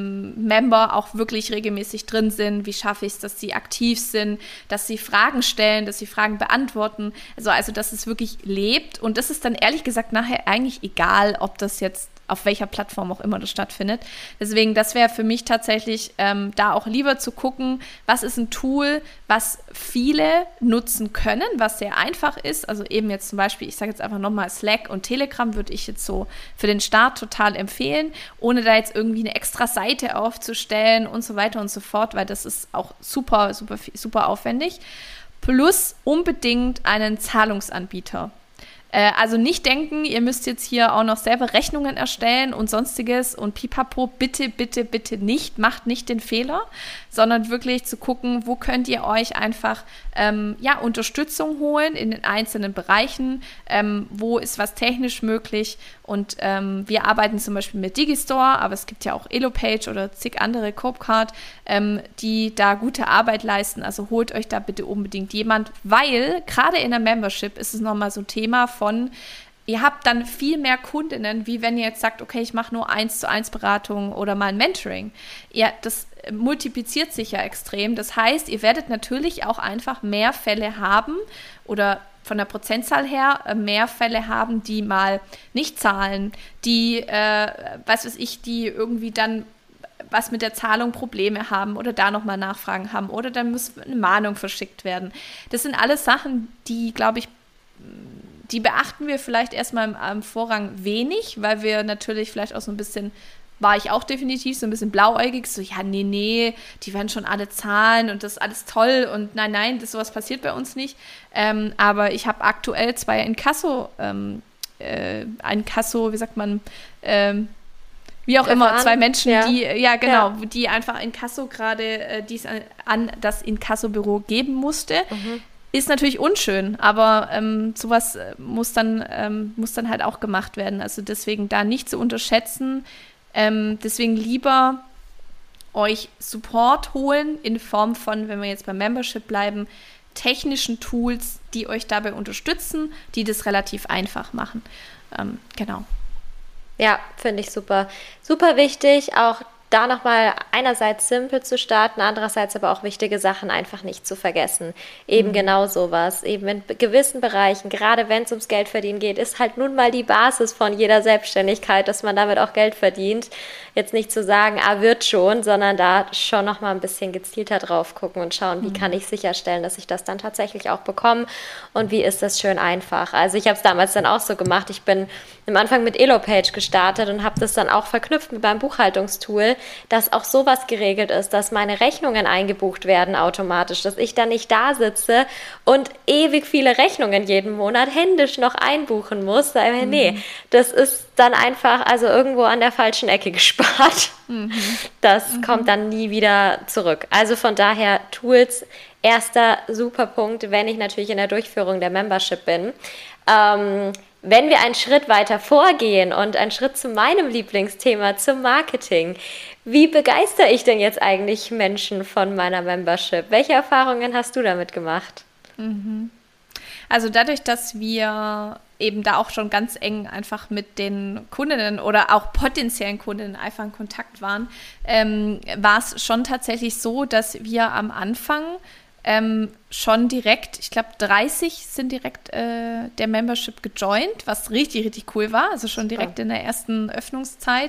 Member auch wirklich regelmäßig drin sind, wie schaffe ich es, dass sie aktiv sind, dass sie Fragen stellen, dass sie Fragen beantworten, also dass es wirklich lebt und das ist dann ehrlich gesagt nachher eigentlich egal, ob das jetzt auf welcher Plattform auch immer das stattfindet. Deswegen, das wäre für mich tatsächlich da auch lieber zu gucken, was ist ein Tool, was viele nutzen können, was sehr einfach ist. Also eben jetzt zum Beispiel, ich sage jetzt einfach nochmal Slack und Telegram würde ich jetzt so für den Start total empfehlen, ohne da jetzt irgendwie eine extra Seite aufzustellen und so weiter und so fort, weil das ist auch super, super, super aufwendig. Plus unbedingt einen Zahlungsanbieter. Also nicht denken, ihr müsst jetzt hier auch noch selber Rechnungen erstellen und sonstiges und pipapo, bitte, bitte, bitte nicht, macht nicht den Fehler, sondern wirklich zu gucken, wo könnt ihr euch einfach Unterstützung holen in den einzelnen Bereichen, wo ist was technisch möglich und wir arbeiten zum Beispiel mit Digistore, aber es gibt ja auch Elopage oder zig andere Copecard, die da gute Arbeit leisten, also holt euch da bitte unbedingt jemand, weil gerade in der Membership ist es nochmal so ein Thema von, ihr habt dann viel mehr Kundinnen, wie wenn ihr jetzt sagt, okay, ich mache nur 1:1 Beratung oder mal ein Mentoring. Ja, das multipliziert sich ja extrem. Das heißt, ihr werdet natürlich auch einfach mehr Fälle haben oder von der Prozentzahl her mehr Fälle haben, die mal nicht zahlen, die, die irgendwie dann was mit der Zahlung Probleme haben oder da nochmal Nachfragen haben oder dann muss eine Mahnung verschickt werden. Das sind alles Sachen, die, glaube ich, die beachten wir vielleicht erstmal im Vorrang wenig, weil wir natürlich vielleicht auch so ein bisschen, war ich auch definitiv so ein bisschen blauäugig, so ja, nee, die werden schon alle zahlen und das ist alles toll und nein, sowas passiert bei uns nicht. Aber ich habe aktuell zwei Inkasso, wie sagt man, wie auch immer, zwei Menschen, ja. Die einfach Inkasso gerade dies an das Inkassobüro geben musste. Ist natürlich unschön, aber sowas muss dann halt auch gemacht werden. Also deswegen da nicht zu unterschätzen. Deswegen lieber euch Support holen in Form von, wenn wir jetzt beim Membership bleiben, technischen Tools, die euch dabei unterstützen, die das relativ einfach machen. Genau. Ja, finde ich super. Super wichtig, auch da nochmal einerseits simpel zu starten, andererseits aber auch wichtige Sachen einfach nicht zu vergessen. Eben genau sowas. Eben in gewissen Bereichen, gerade wenn es ums Geldverdienen geht, ist halt nun mal die Basis von jeder Selbstständigkeit, dass man damit auch Geld verdient. Jetzt nicht zu sagen, wird schon, sondern da schon nochmal ein bisschen gezielter drauf gucken und schauen, wie kann ich sicherstellen, dass ich das dann tatsächlich auch bekomme und wie ist das schön einfach. Also ich habe es damals dann auch so gemacht. Ich bin am Anfang mit Elopage gestartet und habe das dann auch verknüpft mit meinem Buchhaltungstool, dass auch sowas geregelt ist, dass meine Rechnungen eingebucht werden automatisch, dass ich dann nicht da sitze und ewig viele Rechnungen jeden Monat händisch noch einbuchen muss. Nee, das ist dann einfach also irgendwo an der falschen Ecke gespart. Das kommt dann nie wieder zurück. Also von daher Tools, erster super Punkt, wenn ich natürlich in der Durchführung der Membership bin. Wenn wir einen Schritt weiter vorgehen und einen Schritt zu meinem Lieblingsthema, zum Marketing, wie begeistere ich denn jetzt eigentlich Menschen von meiner Membership? Welche Erfahrungen hast du damit gemacht? Also dadurch, dass wir eben da auch schon ganz eng einfach mit den Kundinnen oder auch potenziellen Kundinnen einfach in Kontakt waren, war es schon tatsächlich so, dass wir am Anfang schon direkt, ich glaube 30 sind direkt der Membership gejoint, was richtig, richtig cool war, also schon direkt in der ersten Öffnungszeit.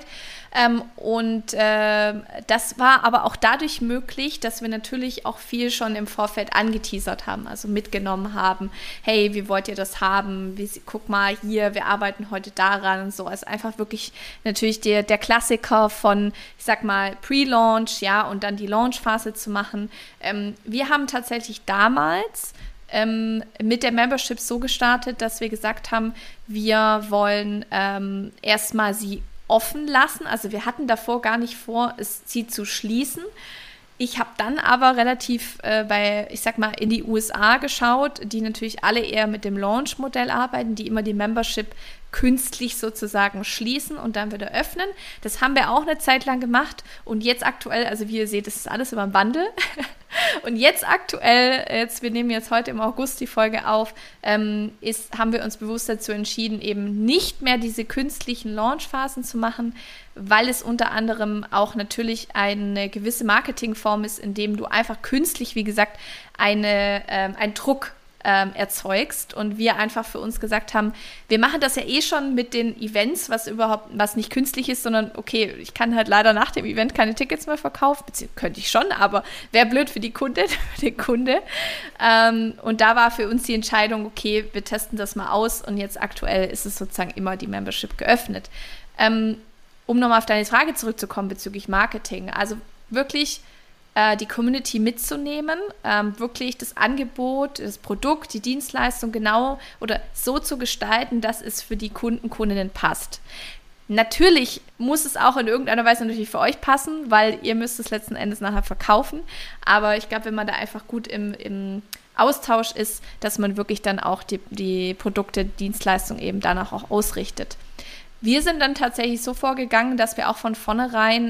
Das war aber auch dadurch möglich, dass wir natürlich auch viel schon im Vorfeld angeteasert haben, also mitgenommen haben, hey, wie wollt ihr das haben? Guck mal hier, wir arbeiten heute daran und so. Also einfach wirklich natürlich der Klassiker von, ich sag mal, Pre-Launch, ja, und dann die Launch-Phase zu machen. Wir haben tatsächlich damals mit der Membership so gestartet, dass wir gesagt haben, wir wollen erstmal sie offen lassen. Also wir hatten davor gar nicht vor, sie zu schließen. Ich habe dann aber relativ in die USA geschaut, die natürlich alle eher mit dem Launch-Modell arbeiten, die immer die Membership künstlich sozusagen schließen und dann wieder öffnen. Das haben wir auch eine Zeit lang gemacht und jetzt aktuell, also wie ihr seht, das ist alles über den Wandel. Und jetzt aktuell, wir nehmen jetzt heute im August die Folge auf, haben wir uns bewusst dazu entschieden, eben nicht mehr diese künstlichen Launchphasen zu machen, weil es unter anderem auch natürlich eine gewisse Marketingform ist, in dem du einfach künstlich, wie gesagt, einen Druck erzeugst und wir einfach für uns gesagt haben, wir machen das ja schon mit den Events, was nicht künstlich ist, sondern okay, ich kann halt leider nach dem Event keine Tickets mehr verkaufen, beziehungsweise könnte ich schon, aber wäre blöd für die Kundin, für den Kunde. Und da war für uns die Entscheidung, okay, wir testen das mal aus und jetzt aktuell ist es sozusagen immer die Membership geöffnet. Um nochmal auf deine Frage zurückzukommen bezüglich Marketing, also wirklich die Community mitzunehmen, wirklich das Angebot, das Produkt, die Dienstleistung genau oder so zu gestalten, dass es für die Kundinnen passt. Natürlich muss es auch in irgendeiner Weise natürlich für euch passen, weil ihr müsst es letzten Endes nachher verkaufen, aber ich glaube, wenn man da einfach gut im Austausch ist, dass man wirklich dann auch die Produkte, Dienstleistungen eben danach auch ausrichtet. Wir sind dann tatsächlich so vorgegangen, dass wir auch von vornherein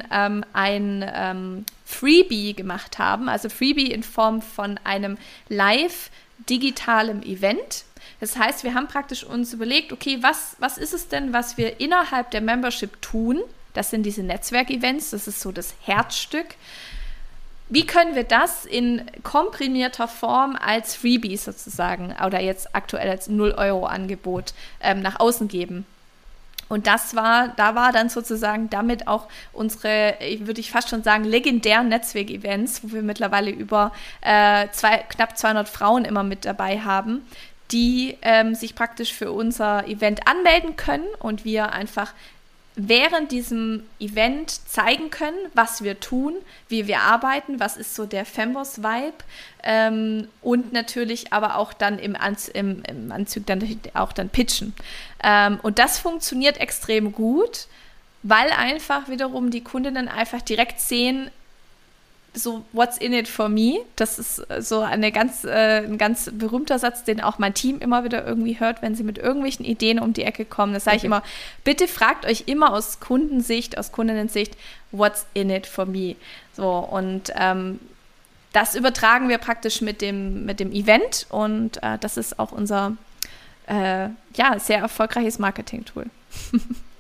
ein Freebie gemacht haben, also Freebie in Form von einem live-digitalen Event. Das heißt, wir haben praktisch uns überlegt, okay, was ist es denn, was wir innerhalb der Membership tun? Das sind diese Netzwerkevents, das ist so das Herzstück. Wie können wir das in komprimierter Form als Freebie sozusagen oder jetzt aktuell als 0-Euro-Angebot nach außen geben? Und da war dann sozusagen damit auch unsere, würde ich fast schon sagen, legendären Netzwerkevents, wo wir mittlerweile über knapp 200 Frauen immer mit dabei haben, die sich praktisch für unser Event anmelden können und wir einfach während diesem Event zeigen können, was wir tun, wie wir arbeiten, was ist so der Fembos-Vibe und natürlich aber auch dann im Anzug dann auch dann pitchen. Und das funktioniert extrem gut, weil einfach wiederum die Kundinnen einfach direkt sehen, so what's in it for me? Das ist so ein ganz berühmter Satz, den auch mein Team immer wieder irgendwie hört, wenn sie mit irgendwelchen Ideen um die Ecke kommen. Das sage ich immer, bitte fragt euch immer aus Kundensicht, aus Kundinnensicht, what's in it for me? So, und das übertragen wir praktisch mit dem Event und das ist auch unser sehr erfolgreiches Marketing-Tool.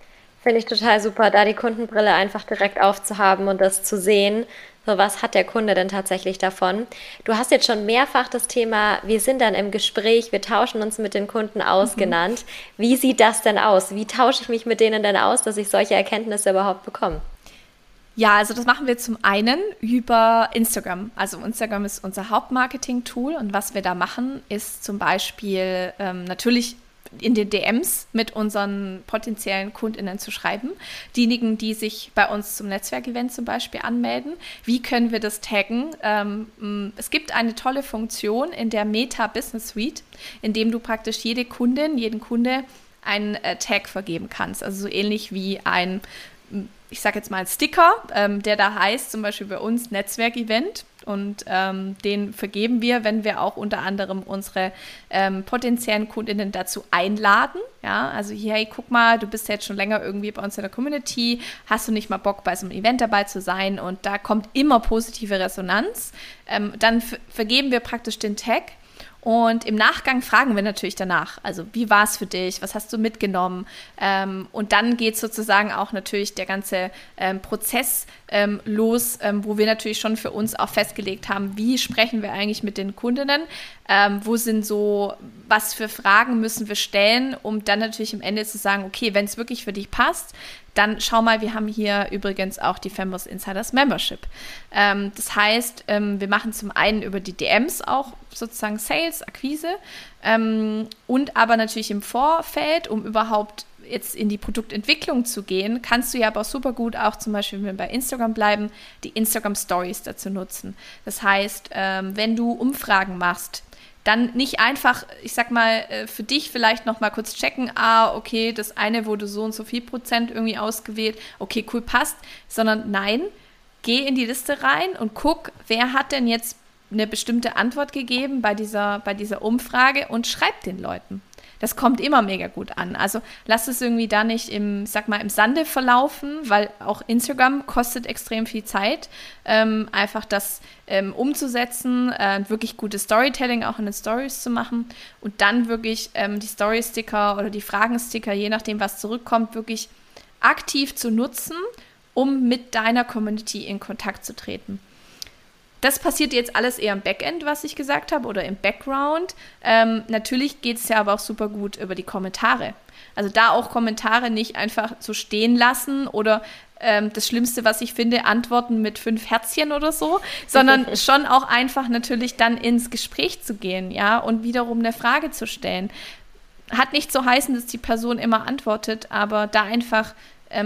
Finde ich total super, da die Kundenbrille einfach direkt aufzuhaben und das zu sehen. So, was hat der Kunde denn tatsächlich davon? Du hast jetzt schon mehrfach das Thema, wir sind dann im Gespräch, wir tauschen uns mit den Kunden aus genannt. Wie sieht das denn aus? Wie tausche ich mich mit denen denn aus, dass ich solche Erkenntnisse überhaupt bekomme? Ja, also das machen wir zum einen über Instagram. Also Instagram ist unser Hauptmarketing-Tool und was wir da machen, ist zum Beispiel natürlich in den DMs mit unseren potenziellen KundInnen zu schreiben. Diejenigen, die sich bei uns zum Netzwerkevent zum Beispiel anmelden. Wie können wir das taggen? Es gibt eine tolle Funktion in der Meta Business Suite, in dem du praktisch jede Kundin, jeden Kunde einen Tag vergeben kannst. Also so ähnlich wie ein, ich sage jetzt mal ein Sticker, der da heißt zum Beispiel bei uns Netzwerkevent. Und den vergeben wir, wenn wir auch unter anderem unsere potenziellen KundInnen dazu einladen. Ja, also hier, hey, guck mal, du bist jetzt schon länger irgendwie bei uns in der Community, hast du nicht mal Bock, bei so einem Event dabei zu sein? Und da kommt immer positive Resonanz. Dann vergeben wir praktisch den Tag. Und im Nachgang fragen wir natürlich danach, also wie war es für dich, was hast du mitgenommen? Und dann geht sozusagen auch natürlich der ganze Prozess los, wo wir natürlich schon für uns auch festgelegt haben, wie sprechen wir eigentlich mit den Kundinnen, wo sind so, was für Fragen müssen wir stellen, um dann natürlich am Ende zu sagen, okay, wenn es wirklich für dich passt, dann schau mal, wir haben hier übrigens auch die Femboss Insiders Membership. Das heißt, wir machen zum einen über die DMs auch sozusagen Sales, Akquise und aber natürlich im Vorfeld, um überhaupt jetzt in die Produktentwicklung zu gehen, kannst du ja aber super gut auch zum Beispiel, wenn wir bei Instagram bleiben, die Instagram Stories dazu nutzen. Das heißt, wenn du Umfragen machst, dann nicht einfach, ich sag mal, für dich vielleicht noch mal kurz checken, okay, das eine wurde so und so viel Prozent irgendwie ausgewählt, okay, cool, passt, sondern nein, geh in die Liste rein und guck, wer hat denn jetzt eine bestimmte Antwort gegeben bei dieser Umfrage und schreib den Leuten. Das kommt immer mega gut an. Also lass es irgendwie da nicht im Sande verlaufen, weil auch Instagram kostet extrem viel Zeit, einfach das umzusetzen, wirklich gutes Storytelling auch in den Stories zu machen und dann wirklich die Story-Sticker oder die Fragen-Sticker, je nachdem, was zurückkommt, wirklich aktiv zu nutzen, um mit deiner Community in Kontakt zu treten. Das passiert jetzt alles eher im Backend, was ich gesagt habe, oder im Background. Natürlich geht es ja aber auch super gut über die Kommentare. Also da auch Kommentare nicht einfach so stehen lassen oder das Schlimmste, was ich finde, Antworten mit 5 Herzchen oder so, sondern schon auch einfach natürlich dann ins Gespräch zu gehen, ja, und wiederum eine Frage zu stellen. Hat nicht so heißen, dass die Person immer antwortet, aber da einfach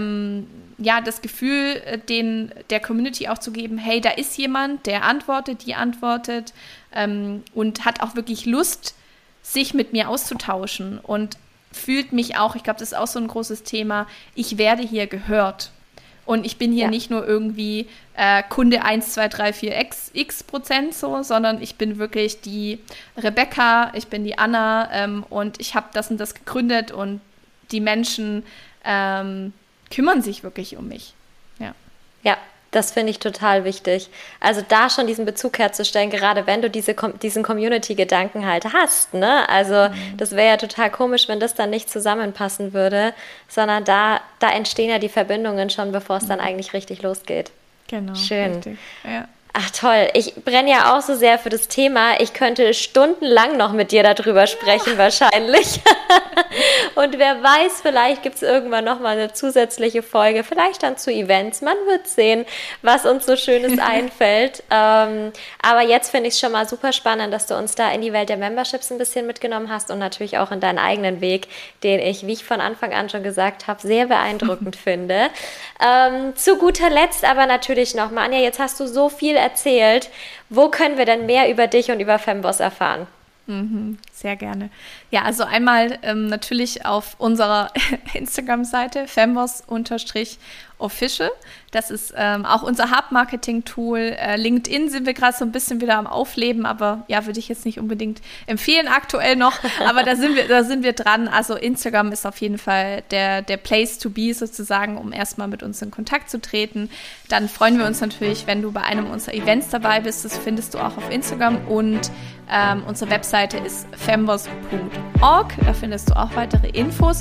das Gefühl der Community auch zu geben, hey, da ist jemand, der antwortet, die antwortet und hat auch wirklich Lust, sich mit mir auszutauschen und fühlt mich auch, ich glaube, das ist auch so ein großes Thema, ich werde hier gehört. Und ich bin hier nicht nur irgendwie Kunde 1, 2, 3, 4, x Prozent so, sondern ich bin wirklich die Rebecca, ich bin die Anna und ich habe das und das gegründet und die Menschen kümmern sich wirklich um mich. Ja, das finde ich total wichtig. Also da schon diesen Bezug herzustellen, gerade wenn du diesen Community-Gedanken halt hast, ne? Also das wäre ja total komisch, wenn das dann nicht zusammenpassen würde, sondern da entstehen ja die Verbindungen schon, bevor es dann eigentlich richtig losgeht. Genau. Schön. Richtig. Ja. Ach toll, ich brenne ja auch so sehr für das Thema. Ich könnte stundenlang noch mit dir darüber sprechen wahrscheinlich. Und wer weiß, vielleicht gibt es irgendwann nochmal eine zusätzliche Folge, vielleicht dann zu Events. Man wird sehen, was uns so Schönes einfällt. Aber jetzt finde ich es schon mal super spannend, dass du uns da in die Welt der Memberships ein bisschen mitgenommen hast und natürlich auch in deinen eigenen Weg, den ich, wie ich von Anfang an schon gesagt habe, sehr beeindruckend finde. Zu guter Letzt aber natürlich noch, Anja, jetzt hast du so viel erzählt. Wo können wir denn mehr über dich und über Femboss erfahren? Sehr gerne. Ja, also einmal natürlich auf unserer Instagram-Seite femboss_official. Das ist auch unser Hub-Marketing-Tool. LinkedIn sind wir gerade so ein bisschen wieder am Aufleben, aber ja, würde ich jetzt nicht unbedingt empfehlen aktuell noch, aber da sind wir dran. Also Instagram ist auf jeden Fall der Place to be sozusagen, um erstmal mit uns in Kontakt zu treten. Dann freuen wir uns natürlich, wenn du bei einem unserer Events dabei bist. Das findest du auch auf Instagram und unsere Webseite ist femboss.org. Da findest du auch weitere Infos.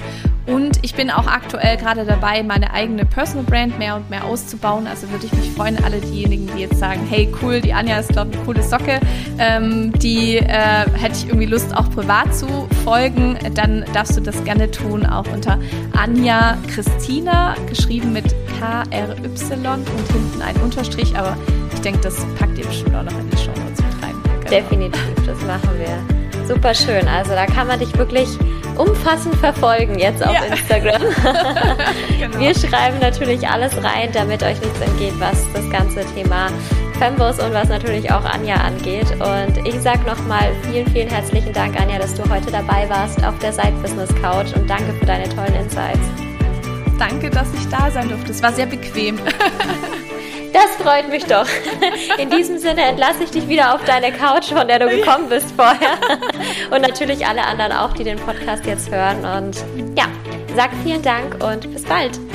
Und ich bin auch aktuell gerade dabei, meine eigene Personal Brand mehr und mehr auszubauen. Also würde ich mich freuen, alle diejenigen, die jetzt sagen, hey cool, die Anja ist, glaube ich, eine coole Socke, die hätte ich irgendwie Lust, auch privat zu folgen, dann darfst du das gerne tun, auch unter Anja Christina, geschrieben mit KRY und hinten ein Unterstrich, aber ich denke, das packt ihr bestimmt auch noch in die Shownotes mit rein. Genau. Definitiv, das machen wir. Super schön, also da kann man dich wirklich umfassend verfolgen jetzt auf Instagram. Genau. Wir schreiben natürlich alles rein, damit euch nichts entgeht, was das ganze Thema Femboss und was natürlich auch Anja angeht. Und ich sage nochmal vielen, vielen herzlichen Dank, Anja, dass du heute dabei warst auf der Side Business Couch und danke für deine tollen Insights. Danke, dass ich da sein durfte. Es war sehr bequem. Das freut mich doch. In diesem Sinne entlasse ich dich wieder auf deine Couch, von der du gekommen bist vorher. Und natürlich alle anderen auch, die den Podcast jetzt hören. Und ja, sag vielen Dank und bis bald.